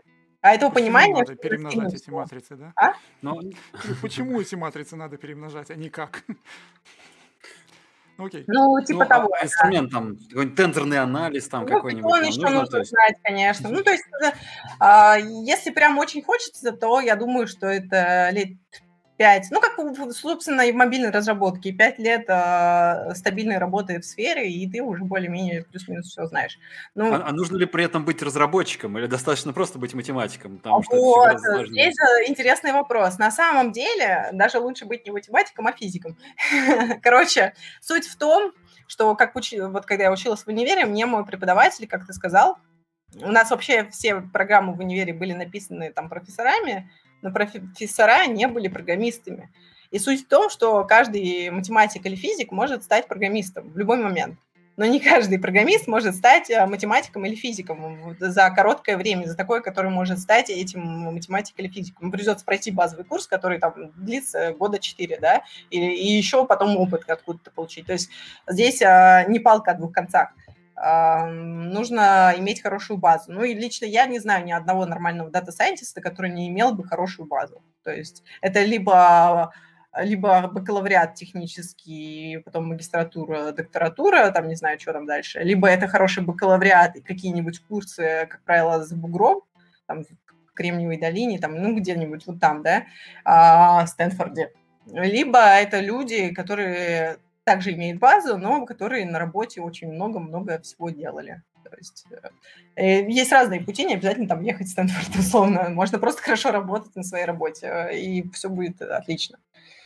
А этого Почему понимания, надо что перемножать достигнуть эти всего. матрицы, да? А? Но Почему эти матрицы надо перемножать, а не как? Ну, окей. Ну, ну, типа а того. а инструмент там, какой-нибудь тензорный анализ там Ну, какой-нибудь питон нам еще нужно, нужно то есть? знать, конечно. Ну, то есть, э, а, если прям очень хочется, то я думаю, что это лет пять. Ну, как, в- собственно, и в мобильной разработке. Пять лет а, стабильной работы в сфере, и ты уже более-менее плюс-минус все знаешь. Ну, А, а нужно ли при этом быть разработчиком или достаточно просто быть математиком, потому что это все вот, гораздо э, сложнее? здесь э, интересный вопрос. На самом деле, даже лучше быть не математиком, а физиком. Короче, суть в том, что как учи... вот когда я училась в универе, мне мой преподаватель, как ты сказал, у нас вообще все программы в универе были написаны там профессорами, но профессора не были программистами. И суть в том, что каждый математик или физик может стать программистом в любой момент. Но не каждый программист может стать э, математиком или физиком вот за короткое время, за такое, который может стать этим математиком или физиком. Ему придется пройти базовый курс, который там длится года четыре, да, и, и еще потом опыт откуда-то получить. То есть здесь а, не палка о двух концах. А, нужно иметь хорошую базу. Ну и лично я не знаю ни одного нормального дата-сайентиста, который не имел бы хорошую базу. То есть это либо либо бакалавриат технический, потом магистратура, докторатура, там не знаю, что там дальше, либо это хороший бакалавриат и какие-нибудь курсы, как правило, за бугром, там, в Кремниевой долине, там, ну, где-нибудь вот там, да, в Стэнфорде. Либо это люди, которые также имеют базу, но которые на работе очень много-много всего делали. То есть э, есть разные пути, не обязательно там ехать в Стэнфорд, условно. Можно просто хорошо работать на своей работе, и все будет отлично.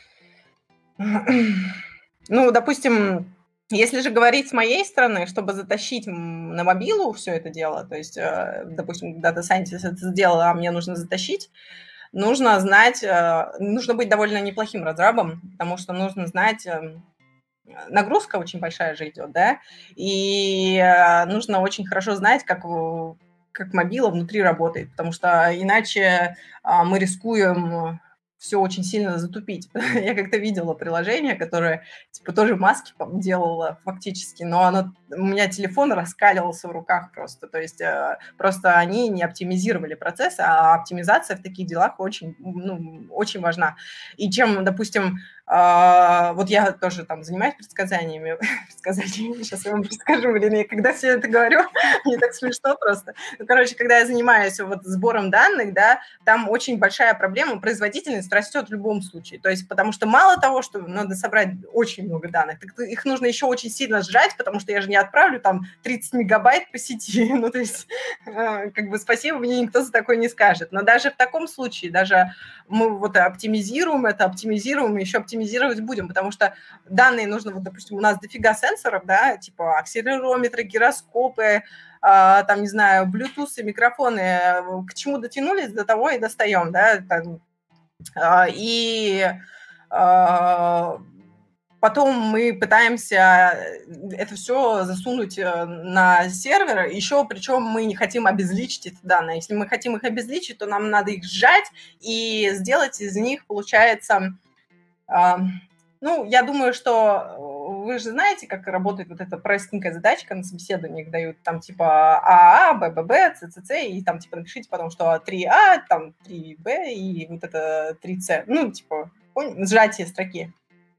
Ну, допустим, если же говорить с моей стороны, чтобы затащить на мобилу все это дело, то есть, допустим, Data Scientist это сделал, а мне нужно затащить, нужно знать, нужно быть довольно неплохим разрабом, потому что нужно знать, нагрузка очень большая же идет, да, и нужно очень хорошо знать, как, как мобила внутри работает, потому что иначе мы рискуем все очень сильно затупить. Я как-то видела приложение, которое типа тоже маски делало фактически, но оно, у меня телефон раскаливался в руках просто. То есть просто они не оптимизировали процесс, а оптимизация в таких делах очень, ну, очень важна. И чем, допустим, вот я тоже там занимаюсь предсказаниями. предсказаниями. Сейчас я вам расскажу, блин, я когда все это говорю, мне так смешно просто. Ну, короче, когда я занимаюсь вот сбором данных, да, там очень большая проблема, производительность растет в любом случае. То есть, потому что мало того, что надо собрать очень много данных, так их нужно еще очень сильно сжать, потому что я же не отправлю там тридцать мегабайт по сети. Ну, то есть, как бы спасибо, мне никто за такое не скажет. Но даже в таком случае, даже мы вот оптимизируем это, оптимизируем, еще оптимизировать будем, потому что данные нужно, вот, допустим, у нас дофига сенсоров, да, типа акселерометры, гироскопы, Uh, там, не знаю, Bluetooth и микрофоны, к чему дотянулись, до того и достаем, да, там, uh, и uh, потом мы пытаемся это все засунуть на сервер, еще причем мы не хотим обезличить эти данные. Если мы хотим их обезличить, то нам надо их сжать и сделать из них, получается, uh, ну, я думаю, что вы же знаете, как работает вот эта простенькая задачка на собеседованиях, дают там типа АА, БББ, ЦЦЦ, и там типа напишите потом, что три А, там три Б и вот это три С. Ну, типа, сжатие строки.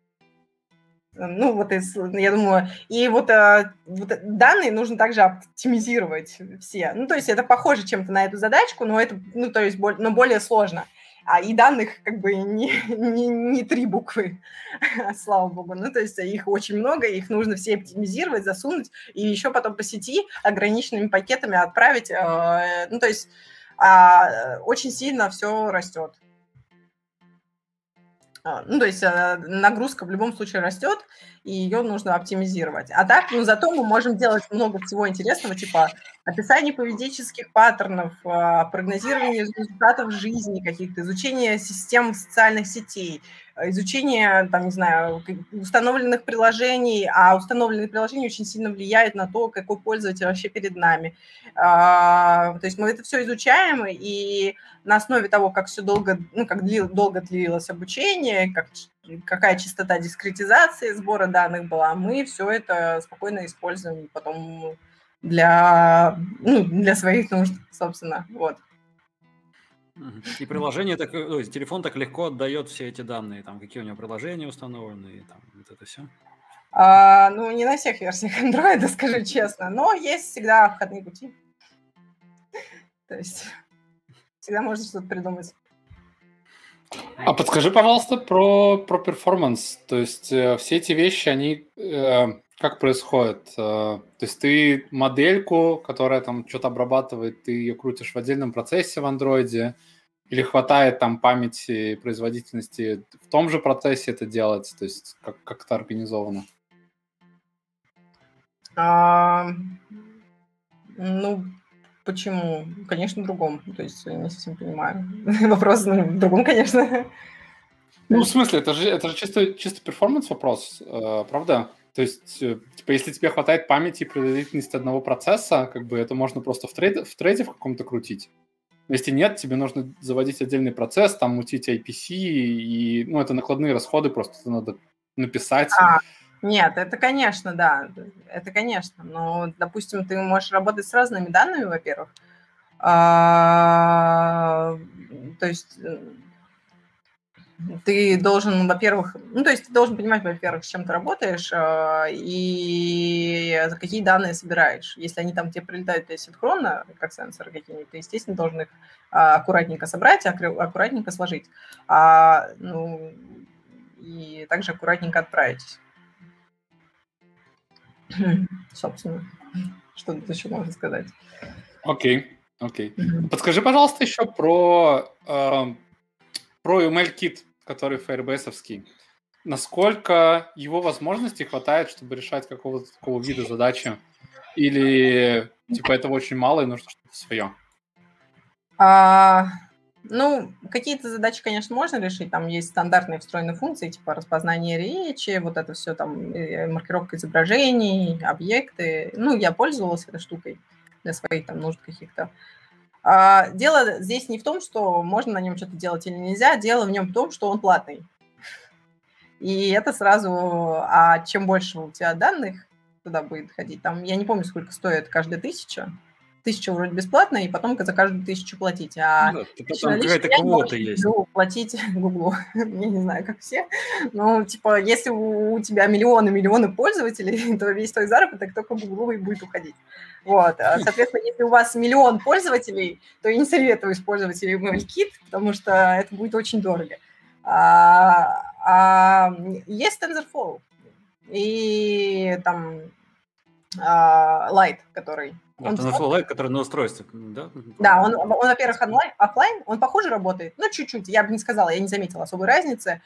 Ну, вот из, я думаю, и вот, вот данные нужно также оптимизировать все. Ну, то есть это похоже чем-то на эту задачку, но это, ну, то есть, но более сложно. А и данных как бы не, не, не три буквы, слава богу. Ну, то есть их очень много, их нужно все оптимизировать, засунуть, и еще потом по сети ограниченными пакетами отправить. Ну, то есть очень сильно все растет. Ну, то есть нагрузка в любом случае растет, и ее нужно оптимизировать. А так, ну, зато мы можем делать много всего интересного, типа описание поведенческих паттернов, прогнозирование результатов жизни каких-то, изучение систем социальных сетей, изучение, там, не знаю, установленных приложений, а установленные приложения очень сильно влияют на то, какой пользователь вообще перед нами. То есть мы это все изучаем, и на основе того, как все долго, ну, как длил, долго длилось обучение, как, какая частота дискретизации сбора данных была, мы все это спокойно используем потом для, ну, для своих нужд, собственно, вот. И приложение так, то есть телефон так легко отдает все эти данные, там какие у него приложения установлены, и там вот это все. А, ну, не на всех версиях Android, скажу честно, но есть всегда обходные пути. То есть всегда можно что-то придумать. А подскажи, пожалуйста, про, про перформанс. То есть э, все эти вещи, они э, как происходят? Э, то есть ты модельку, которая там что-то обрабатывает, ты ее крутишь в отдельном процессе в андроиде, или хватает там памяти, производительности в том же процессе это делать? То есть как, как это организовано? А, ну, почему? Конечно, в другом. То есть я не совсем понимаю. Вопрос ну, в другом, конечно. Ну, в смысле, это же, это же чисто, чисто перформанс вопрос, э, правда? То есть, э, типа, если тебе хватает памяти и производительности одного процесса, как бы это можно просто в трейде в, трейде в каком-то крутить. Если нет, тебе нужно заводить отдельный процесс, там мутить ай пи си, и, ну, это накладные расходы, просто это надо написать. А, нет, это, конечно, да, это, конечно. Но, допустим, ты можешь работать с разными данными, во-первых. А, то есть ты должен, во-первых, ну, то есть ты должен понимать, во-первых, с чем ты работаешь а, и за какие данные собираешь. Если они там тебе прилетают асинхронно, как сенсоры какие-нибудь, ты, естественно, должен их а, аккуратненько собрать, аккура- аккуратненько сложить. А, ну, и также аккуратненько отправить. Собственно, что тут еще можно сказать. Окей, окей. Подскажи, пожалуйста, еще про, э, про UML-кит, который Firebase-овский. Насколько его возможностей хватает, чтобы решать какого-то такого вида задачи? Или, типа, этого очень мало и нужно что-то свое? А, ну, какие-то задачи, конечно, можно решить. Там есть стандартные встроенные функции, типа распознание речи, вот это все там, маркировка изображений, объекты. Ну, я пользовалась этой штукой для своих там нужд каких-то. А, дело здесь не в том, что можно на нем что-то делать или нельзя, дело в нем в том, что он платный. И это сразу, а чем больше у тебя данных туда будет ходить, там, я не помню, сколько стоит каждая тысяча, тысяча вроде бесплатно, и потом за каждую тысячу платить. А да, там какая-то квота есть. Платить Гуглу. Я не знаю, как все. Но, типа, если у тебя миллионы, миллионы пользователей, то весь твой заработок только Гуглу и будет уходить. Вот. Соответственно, если у вас миллион пользователей, то я не советую использовать UML-кит, потому что это будет очень дорого. А, а есть TensorFlow и там а, Light, который... Да, TensorFlow Lite, который на устройстве, да? Да, он, он во-первых, онлайн, офлайн, он похуже работает, ну, чуть-чуть, я бы не сказала, я не заметила особой разницы.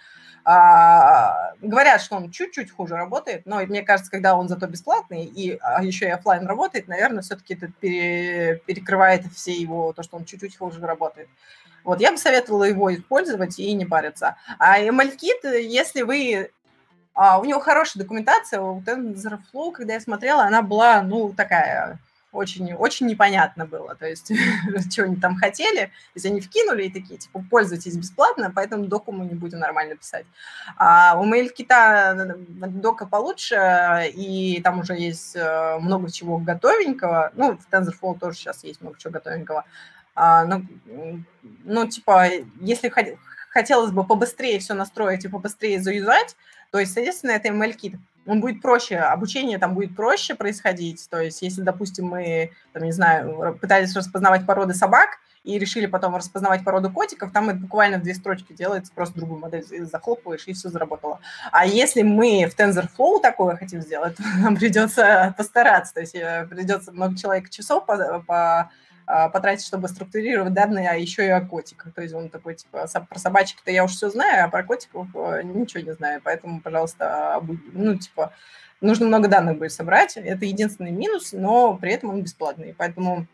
А, говорят, что он чуть-чуть хуже работает, но мне кажется, когда он зато бесплатный и а еще и офлайн работает, наверное, все-таки это пере, перекрывает все его, то, что он чуть-чуть хуже работает. Вот, я бы советовала его использовать и не париться. А эм эль-кит, если вы... А, у него хорошая документация, у TensorFlow, когда я смотрела, она была, ну, такая... Очень, очень непонятно было, то есть, что они там хотели, то есть они вкинули и такие, типа, пользуйтесь бесплатно, поэтому доку мы не будем нормально писать. А у MailKit дока получше, и там уже есть много чего готовенького, ну, в TensorFlow тоже сейчас есть много чего готовенького, а, ну, ну, типа, если хотелось бы побыстрее все настроить и побыстрее заюзать, то есть, соответственно, это эм эль-кит. Он будет проще, обучение там будет проще происходить. То есть, если, допустим, мы, там, не знаю, пытались распознавать породы собак и решили потом распознавать породу котиков, там это буквально в две строчки делается, просто другую модель захлопываешь, и все заработало. А если мы в TensorFlow такое хотим сделать, то нам придется постараться. То есть, придется много человек часов по, по потратить, чтобы структурировать данные, а еще и о котиках. То есть он такой, типа, про собачек-то я уж все знаю, а про котиков ничего не знаю. Поэтому, пожалуйста, ну, типа, нужно много данных будет собрать. Это единственный минус, но при этом он бесплатный. Поэтому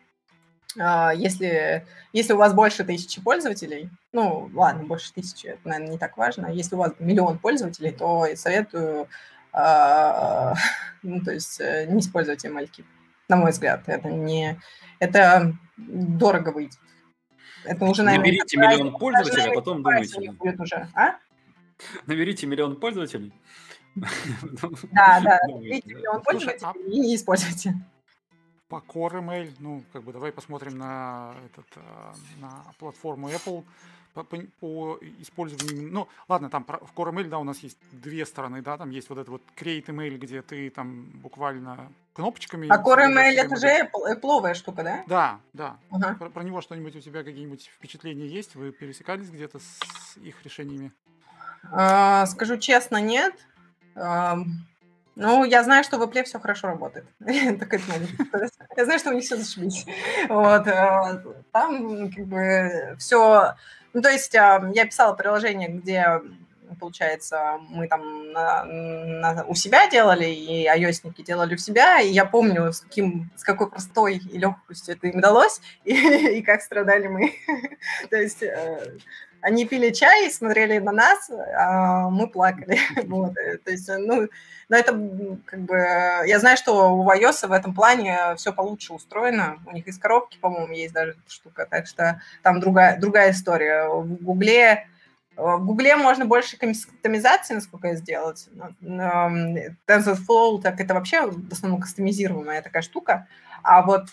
если, если у вас больше тысячи пользователей, ну, ладно, больше тысячи, это, наверное, не так важно. Если у вас миллион пользователей, то советую, ну, то есть не использовать эм эль-кит. На мой взгляд, это не... Это дорого выйдет. Это уже, наверное... Наберите миллион пользователей, а потом думайте. Будет уже, а? Наберите миллион по Core Email, ну, как бы давай посмотрим на, этот, а, на платформу Apple по, по, по использованию. Ну, ладно, там про- в Core Email, да, у нас есть две стороны, да, там есть вот это вот Create Email, где ты там буквально кнопочками А Core создаешь Email себе это же модель. Apple, Apple'овая штука, да? Да, да. Ага. Про, про него что-нибудь у тебя какие-нибудь впечатления есть? Вы пересекались где-то с их решениями? А, скажу честно, нет. Ам, Ну, я знаю, что в Apple все хорошо работает. Так это могу сказать. Я знаю, что у них все зашибись. Вот. а, Там как бы все... Ну, то есть а, я писала приложение, где, получается, мы там на- на- у себя делали, и iOS-ники делали у себя, и я помню, с, каким, с какой простой и легкостью это им удалось, и, и как страдали мы. То есть э, они пили чай, смотрели на нас, а мы плакали. Вот. э, То есть, э, ну, но это м, как бы... э, Я знаю, что у iOS в этом плане все получше устроено. У них из коробки, по-моему, есть даже эта штука. Так что там другая, другая история. В Гугле, э, в Гугле можно больше кастомизации, насколько я сделать. Но, м, TensorFlow, так это вообще в основном кастомизируемая такая штука. А вот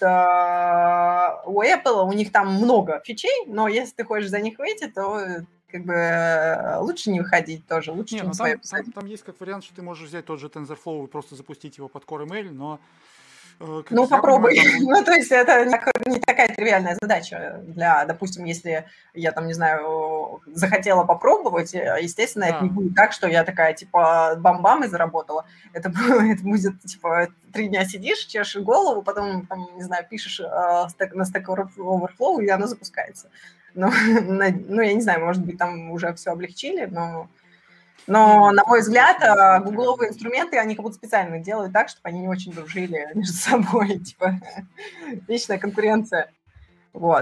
э, у Apple у них там много фичей, но если ты хочешь за них выйти, то э, как бы э, лучше не выходить тоже, лучше Не, ну что-нибудь свое там, писать. там, там есть как вариант, что ты можешь взять тот же TensorFlow и просто запустить его под Core Email, но, э, как Ну, я попробуй. понимаю, там... Ну, то есть это не, не такая тривиальная задача для, допустим, если я там, не знаю, захотела попробовать, э, естественно, это не Да, будет так, что я такая, типа, бам-бам и заработала. Это, бу- это будет, типа, три дня сидишь, чешешь голову, потом, там, не знаю, пишешь э, стек- на Stack Overflow, и оно запускается. Ну, на- ну, я не знаю, может быть, там уже все облегчили, но... Но, не-не, на это мой это взгляд, точно не а, самое гугловые тривиальное. инструменты, они как будто специально делают так, чтобы они не очень дружили между собой. Типа, вечная конкуренция. Вот.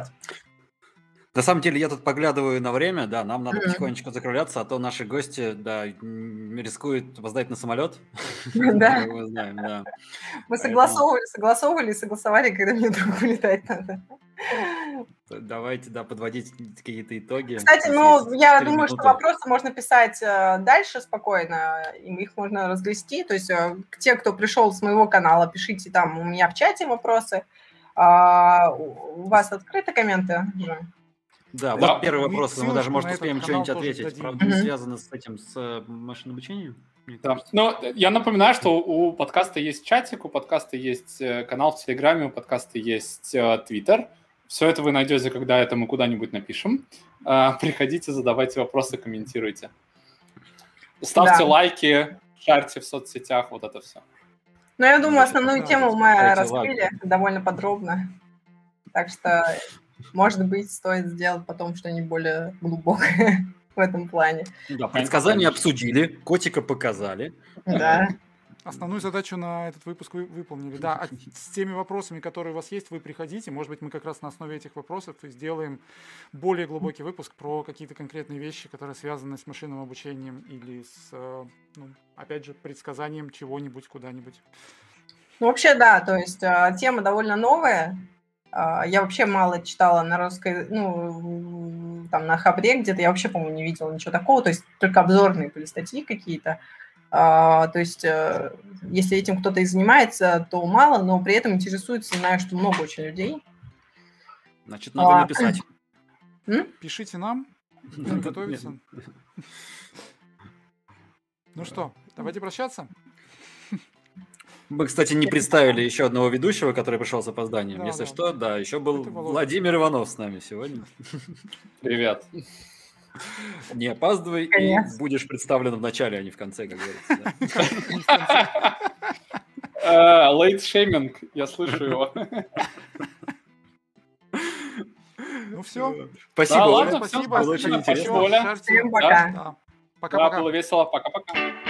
На самом деле, я тут поглядываю на время, да, нам надо Мгм. потихонечку закругляться, а то наши гости, да, м, рискуют опоздать на самолет, Да. как мы знаем, да. Мы Поэтому согласовывали, согласовывали и согласовали, когда мне вдруг вылетать надо. давайте, да, подводить какие-то итоги. Кстати, У нас ну, есть я четыре думаю, что минуты. вопросы можно писать э, дальше спокойно, и их можно разгрести. То есть э, те, кто пришел с моего канала, пишите там у меня в чате вопросы. А, у у вас открыты комменты уже? Да, Да. вот первый Мы вопрос, мы даже, ссылочку может, на этот успеем канал что-нибудь тоже ответить. дадим. Правда, не Мгм. связано с этим, с э, машинным обучением, мне Да. кажется. Но я напоминаю, что у подкаста есть чатик, у подкаста есть э, канал в Телеграме, у подкаста есть э, Твиттер. Все это вы найдете, когда это мы куда-нибудь напишем. А, Приходите, задавайте вопросы, комментируйте. Ставьте Да. лайки, шарьте в соцсетях, вот это все. Ну, я думаю, Даже основную Да. тему мы ставьте раскрыли лайк. довольно подробно. Так что, может быть, стоит сделать потом что-нибудь более глубокое в этом плане. Да, предсказания Конечно. обсудили, котика показали. Да. Основную задачу на этот выпуск вы выполнили. Да, а с теми вопросами, которые у вас есть, вы приходите. Может быть, мы как раз на основе этих вопросов и сделаем более глубокий выпуск про какие-то конкретные вещи, которые связаны с машинным обучением или с, э, ну, опять же, предсказанием чего-нибудь куда-нибудь. Ну, вообще, да, то есть а, тема довольно новая. А, Я вообще мало читала на русской, ну, там на Хабре где-то, я вообще, по-моему, не видела ничего такого, то есть только обзорные были статьи какие-то. А, То есть, э, если этим кто-то и занимается, то мало, но при этом интересуется, знаю, что много очень людей. Значит, надо А, написать. м? Пишите нам, будем готовиться. Ну что, давайте прощаться. Мы, кстати, не представили еще одного ведущего, который пришел с опозданием. Да, Если да. что, да, еще был Это Володя. Владимир Иванов с нами сегодня. Привет. Не опаздывай, и Конец. будешь представлен в начале, а не в конце, как говорится. да. Лейт шейминг, я слышу его. Ну все. Спасибо, Да, Оля. ладно, всё, Спасибо. Было очень спасибо, интересно. Оля. Шарьте. Всем пока. Да. Да, Пока-пока. было весело. Пока-пока.